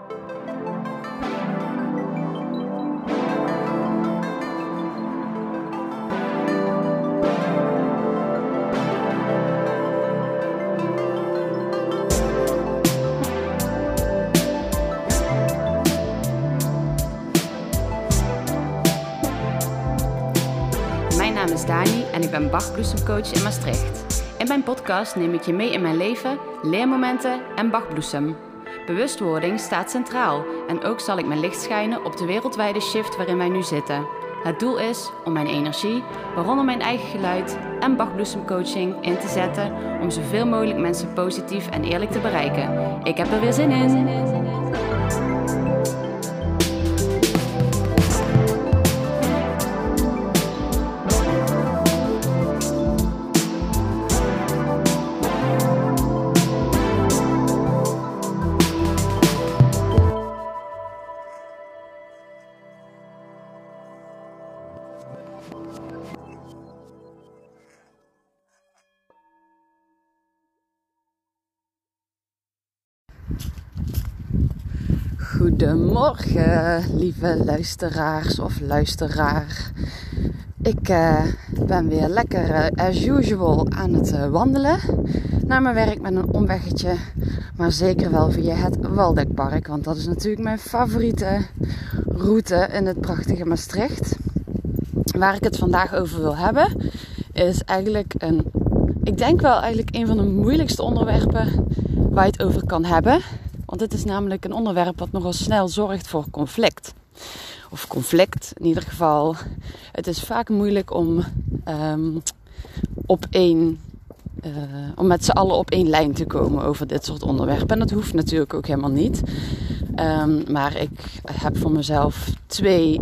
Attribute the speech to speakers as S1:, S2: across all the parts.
S1: Mijn naam is Dani en ik ben Bachbloesemcoach in Maastricht. In mijn podcast neem ik je mee in mijn leven, leermomenten en Bachbloesem. Bewustwording staat centraal en ook zal ik mijn licht schijnen op de wereldwijde shift waarin wij nu zitten. Het doel is om mijn energie, waaronder mijn eigen geluid en Bachbloesemcoaching in te zetten om zoveel mogelijk mensen positief en eerlijk te bereiken. Ik heb er weer zin in! Goedemorgen, lieve luisteraars of luisteraar. Ik ben weer lekker as usual aan het wandelen naar mijn werk met een omweggetje. Maar zeker wel via het Waldekpark, want dat is natuurlijk mijn favoriete route in het prachtige Maastricht. Waar ik het vandaag over wil hebben is eigenlijk ik denk wel eigenlijk een van de moeilijkste onderwerpen waar je het over kan hebben. Want het is namelijk een onderwerp wat nogal snel zorgt voor conflict. Of conflict in ieder geval. Het is vaak moeilijk om met z'n allen op één lijn te komen over dit soort onderwerpen. En dat hoeft natuurlijk ook helemaal niet. Maar ik heb voor mezelf 2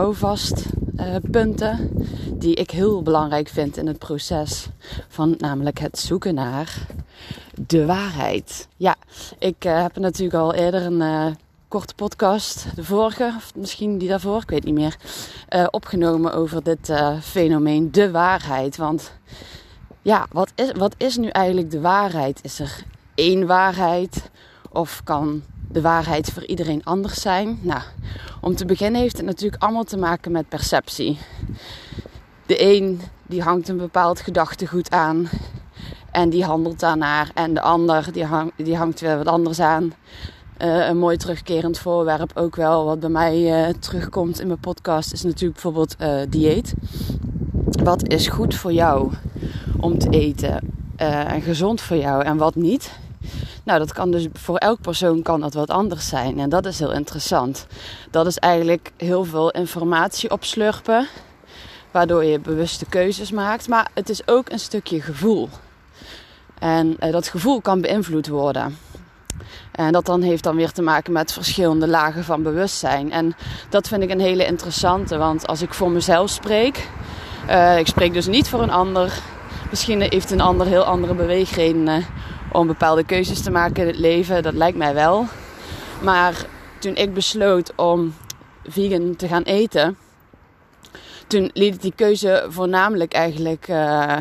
S1: houvastpunten die ik heel belangrijk vind in het proces van namelijk het zoeken naar de waarheid. Ja, ik heb natuurlijk al eerder een korte podcast, de vorige, of misschien die daarvoor, ik weet niet meer, opgenomen over dit fenomeen, de waarheid. Want ja, wat is nu eigenlijk de waarheid? Is er één waarheid? Of kan de waarheid voor iedereen anders zijn? Nou, om te beginnen heeft het natuurlijk allemaal te maken met perceptie. De een die hangt een bepaald gedachtegoed aan en die handelt daarnaar. En de ander die hangt weer wat anders aan. Een mooi terugkerend voorwerp ook wel, wat bij mij terugkomt in mijn podcast, is natuurlijk bijvoorbeeld dieet. Wat is goed voor jou om te eten en gezond voor jou en wat niet? Nou, dat kan dus voor elk persoon kan dat wat anders zijn. En dat is heel interessant. Dat is eigenlijk heel veel informatie opslurpen, waardoor je bewuste keuzes maakt. Maar het is ook een stukje gevoel. En dat gevoel kan beïnvloed worden. En dat heeft dan weer te maken met verschillende lagen van bewustzijn. En dat vind ik een hele interessante. Want als ik voor mezelf spreek, ik spreek dus niet voor een ander. Misschien heeft een ander heel andere beweegredenen om bepaalde keuzes te maken in het leven. Dat lijkt mij wel. Maar toen ik besloot om vegan te gaan eten, toen liet ik die keuze voornamelijk eigenlijk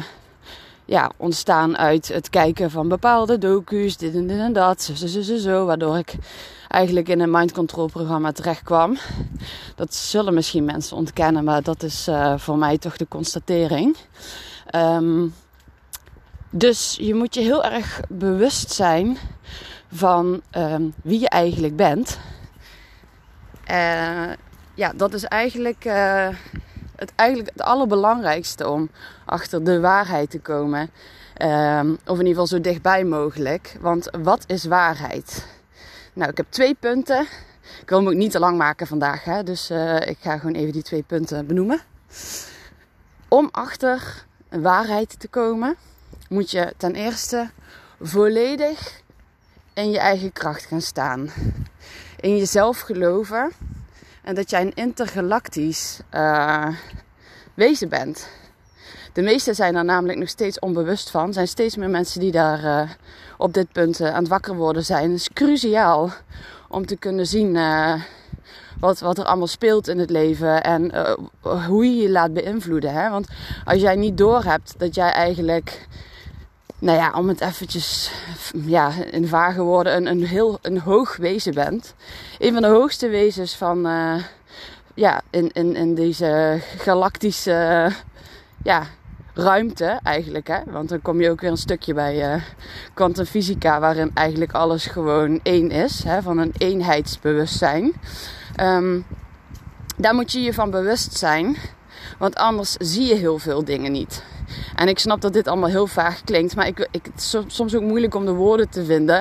S1: ontstaan uit het kijken van bepaalde docu's, dit en dat, zo, waardoor ik eigenlijk in een mind control programma terecht kwam. Dat zullen misschien mensen ontkennen, maar dat is voor mij toch de constatering. Dus je moet je heel erg bewust zijn van wie je eigenlijk bent. Dat is eigenlijk het allerbelangrijkste om achter de waarheid te komen. Of in ieder geval zo dichtbij mogelijk. Want wat is waarheid? Nou, ik heb 2 punten. Ik wil hem ook niet te lang maken vandaag. Hè? Dus ik ga gewoon even die 2 punten benoemen. Om achter een waarheid te komen, moet je ten eerste volledig in je eigen kracht gaan staan. In jezelf geloven. En dat jij een intergalactisch wezen bent. De meesten zijn daar namelijk nog steeds onbewust van. Er zijn steeds meer mensen die daar op dit punt aan het wakker worden zijn. Het is cruciaal om te kunnen zien wat er allemaal speelt in het leven. En hoe je je laat beïnvloeden. Hè? Want als jij niet doorhebt dat jij eigenlijk nou ja, om het eventjes in vage woorden, een hoog wezen bent. Een van de hoogste wezens van in deze galactische ruimte eigenlijk. Hè? Want dan kom je ook weer een stukje bij kwantumfysica, waarin eigenlijk alles gewoon één is. Hè? Van een eenheidsbewustzijn. Daar moet je je van bewust zijn. Want anders zie je heel veel dingen niet. En ik snap dat dit allemaal heel vaag klinkt. Maar het is soms ook moeilijk om de woorden te vinden.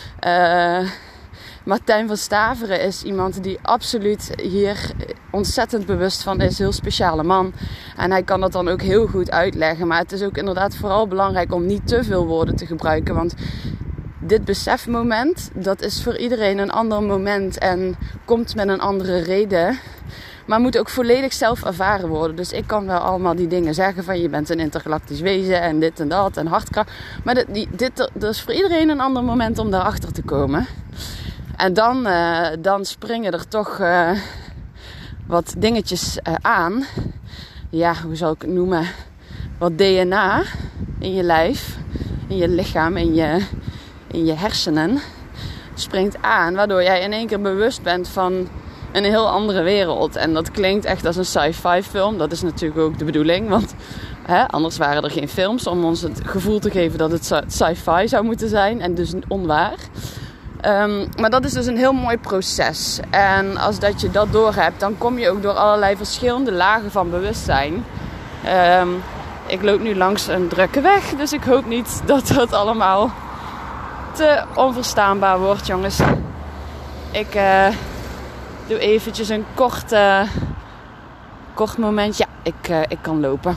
S1: Martijn van Staveren is iemand die absoluut hier ontzettend bewust van is. Heel speciale man. En hij kan dat dan ook heel goed uitleggen. Maar het is ook inderdaad vooral belangrijk om niet te veel woorden te gebruiken. Want dit besefmoment, dat is voor iedereen een ander moment. En komt met een andere reden. Maar moet ook volledig zelf ervaren worden. Dus ik kan wel allemaal die dingen zeggen van je bent een intergalactisch wezen en dit en dat en hartkracht. Maar dat is voor iedereen een ander moment om daarachter te komen. En dan springen er toch wat dingetjes aan. Ja, hoe zal ik het noemen? Wat DNA in je lijf, in je lichaam, in je hersenen springt aan. Waardoor jij in één keer bewust bent van een heel andere wereld. En dat klinkt echt als een sci-fi film. Dat is natuurlijk ook de bedoeling. Want anders waren er geen films om ons het gevoel te geven dat het sci-fi zou moeten zijn. En dus onwaar. Maar dat is dus een heel mooi proces. En als dat je dat doorhebt, dan kom je ook door allerlei verschillende lagen van bewustzijn. Ik loop nu langs een drukke weg. Dus ik hoop niet dat dat allemaal te onverstaanbaar wordt, jongens. Ik doe eventjes een kort moment. Ja, ik kan lopen.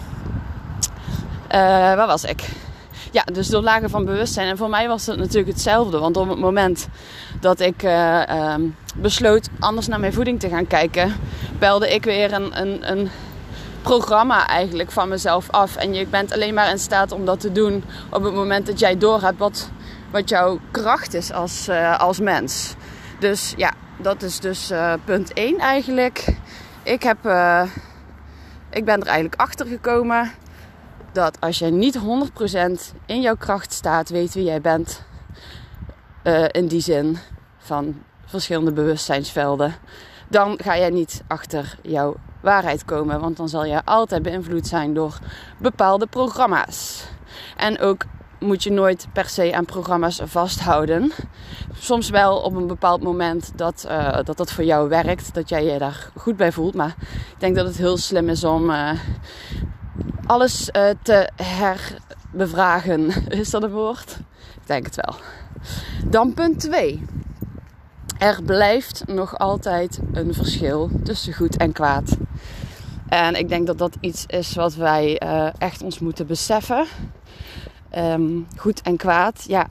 S1: Waar was ik? Ja, dus door lagen van bewustzijn. En voor mij was het natuurlijk hetzelfde. Want op het moment dat ik besloot anders naar mijn voeding te gaan kijken, belde ik weer een programma eigenlijk van mezelf af. En je bent alleen maar in staat om dat te doen op het moment dat jij doorhebt wat jouw kracht is als mens. Dus ja, dat is dus punt 1 eigenlijk. Ik ben er eigenlijk achter gekomen dat als jij niet 100% in jouw kracht staat, weet wie jij bent, in die zin van verschillende bewustzijnsvelden, dan ga jij niet achter jouw waarheid komen. Want dan zal je altijd beïnvloed zijn door bepaalde programma's. En ook moet je nooit per se aan programma's vasthouden. Soms wel op een bepaald moment dat voor jou werkt. Dat jij je daar goed bij voelt. Maar ik denk dat het heel slim is om alles te herbevragen. Is dat een woord? Ik denk het wel. Dan punt 2. Er blijft nog altijd een verschil tussen goed en kwaad. En ik denk dat dat iets is wat wij echt ons moeten beseffen. Goed en kwaad, ja.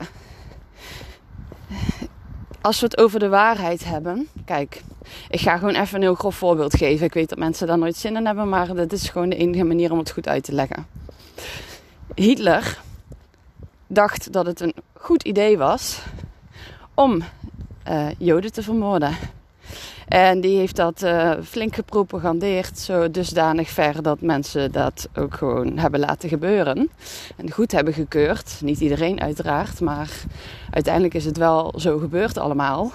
S1: Als we het over de waarheid hebben. Kijk, ik ga gewoon even een heel grof voorbeeld geven. Ik weet dat mensen daar nooit zin in hebben, maar dit is gewoon de enige manier om het goed uit te leggen. Hitler dacht dat het een goed idee was om Joden te vermoorden. En die heeft dat flink gepropagandeerd, zo dusdanig ver dat mensen dat ook gewoon hebben laten gebeuren. En goed hebben gekeurd. Niet iedereen uiteraard, maar uiteindelijk is het wel zo gebeurd allemaal.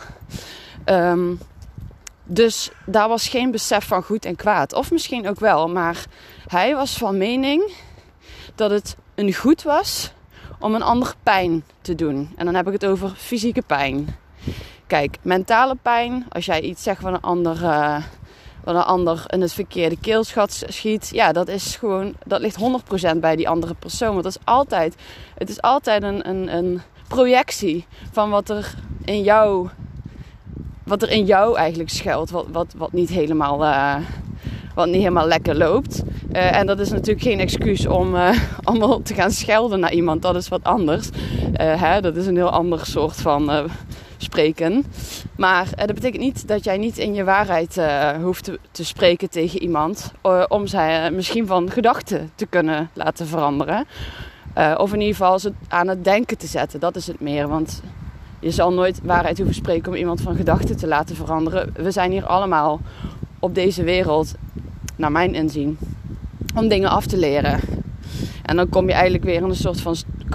S1: Dus daar was geen besef van goed en kwaad. Of misschien ook wel, maar hij was van mening dat het een goed was om een ander pijn te doen. En dan heb ik het over fysieke pijn. Kijk, mentale pijn, als jij iets zegt van een ander in het verkeerde keelgat schiet, ja, dat ligt 100% bij die andere persoon. Want het is altijd een projectie van wat er in jou eigenlijk schuilt, wat niet helemaal lekker loopt. En dat is natuurlijk geen excuus om allemaal te gaan schelden naar iemand. Dat is wat anders. Dat is een heel ander soort van spreken. Maar dat betekent niet dat jij niet in je waarheid hoeft te spreken tegen iemand. Om zij misschien van gedachten te kunnen laten veranderen. Of in ieder geval ze aan het denken te zetten. Dat is het meer. Want je zal nooit waarheid hoeven spreken om iemand van gedachten te laten veranderen. We zijn hier allemaal op deze wereld, naar mijn inzien, om dingen af te leren. En dan kom je eigenlijk weer in een soort van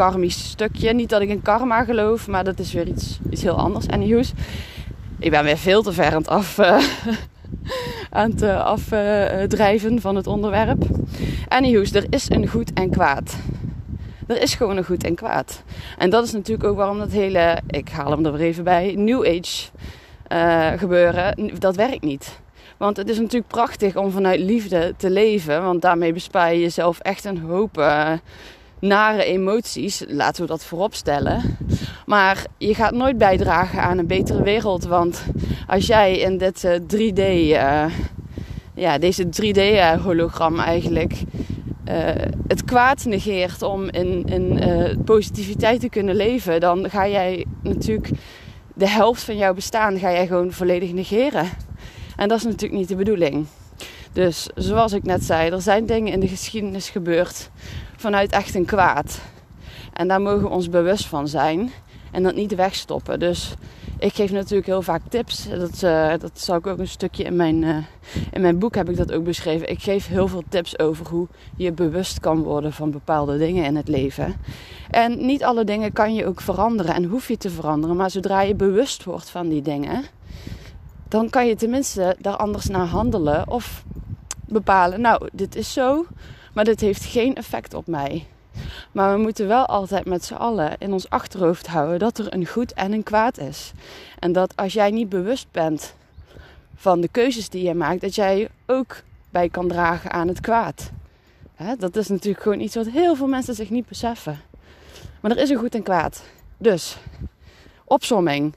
S1: karmisch stukje. Niet dat ik in karma geloof, maar dat is weer iets heel anders. Anyhows, ik ben weer veel te ver aan het afdrijven van het onderwerp. Anyhows, er is een goed en kwaad. Er is gewoon een goed en kwaad. En dat is natuurlijk ook waarom dat hele, ik haal hem er weer even bij, New Age gebeuren, dat werkt niet. Want het is natuurlijk prachtig om vanuit liefde te leven. Want daarmee bespaar je jezelf echt een hoop nare emoties. Laten we dat voorop stellen. Maar je gaat nooit bijdragen aan een betere wereld. Want als jij in dit 3D, deze 3D-hologram eigenlijk het kwaad negeert om in positiviteit te kunnen leven, dan ga jij natuurlijk de helft van jouw bestaan gewoon volledig negeren. En dat is natuurlijk niet de bedoeling. Dus zoals ik net zei, er zijn dingen in de geschiedenis gebeurd vanuit echt een kwaad. En daar mogen we ons bewust van zijn en dat niet wegstoppen. Dus ik geef natuurlijk heel vaak tips. Dat zal ik ook een stukje in mijn boek heb ik dat ook beschreven. Ik geef heel veel tips over hoe je bewust kan worden van bepaalde dingen in het leven. En niet alle dingen kan je ook veranderen en hoef je te veranderen. Maar zodra je bewust wordt van die dingen, dan kan je tenminste daar anders naar handelen. Of bepalen, nou, dit is zo, maar dit heeft geen effect op mij. Maar we moeten wel altijd met z'n allen in ons achterhoofd houden dat er een goed en een kwaad is. En dat als jij niet bewust bent van de keuzes die je maakt, dat jij ook bij kan dragen aan het kwaad. Dat is natuurlijk gewoon iets wat heel veel mensen zich niet beseffen. Maar er is een goed en kwaad. Dus, opsomming.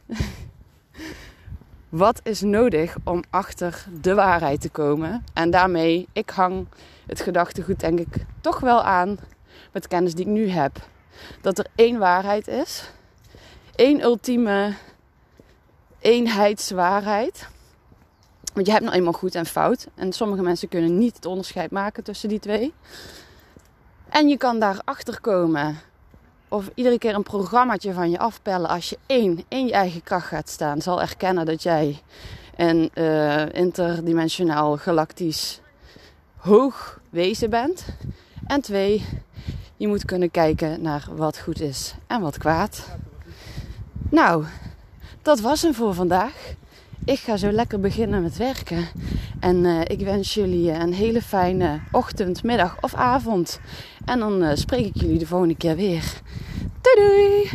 S1: Wat is nodig om achter de waarheid te komen? En daarmee, ik hang het gedachtegoed denk ik toch wel aan met de kennis die ik nu heb. Dat er één waarheid is. Één ultieme eenheidswaarheid. Want je hebt nou eenmaal goed en fout. En sommige mensen kunnen niet het onderscheid maken tussen die twee. En je kan daarachter komen. Of iedere keer een programmaatje van je afpellen. Als je in je eigen kracht gaat staan. Zal erkennen dat jij een interdimensionaal galactisch hoog wezen bent. En 2, je moet kunnen kijken naar wat goed is en wat kwaad. Nou, dat was hem voor vandaag. Ik ga zo lekker beginnen met werken. En ik wens jullie een hele fijne ochtend, middag of avond. En dan spreek ik jullie de volgende keer weer. Doei doei!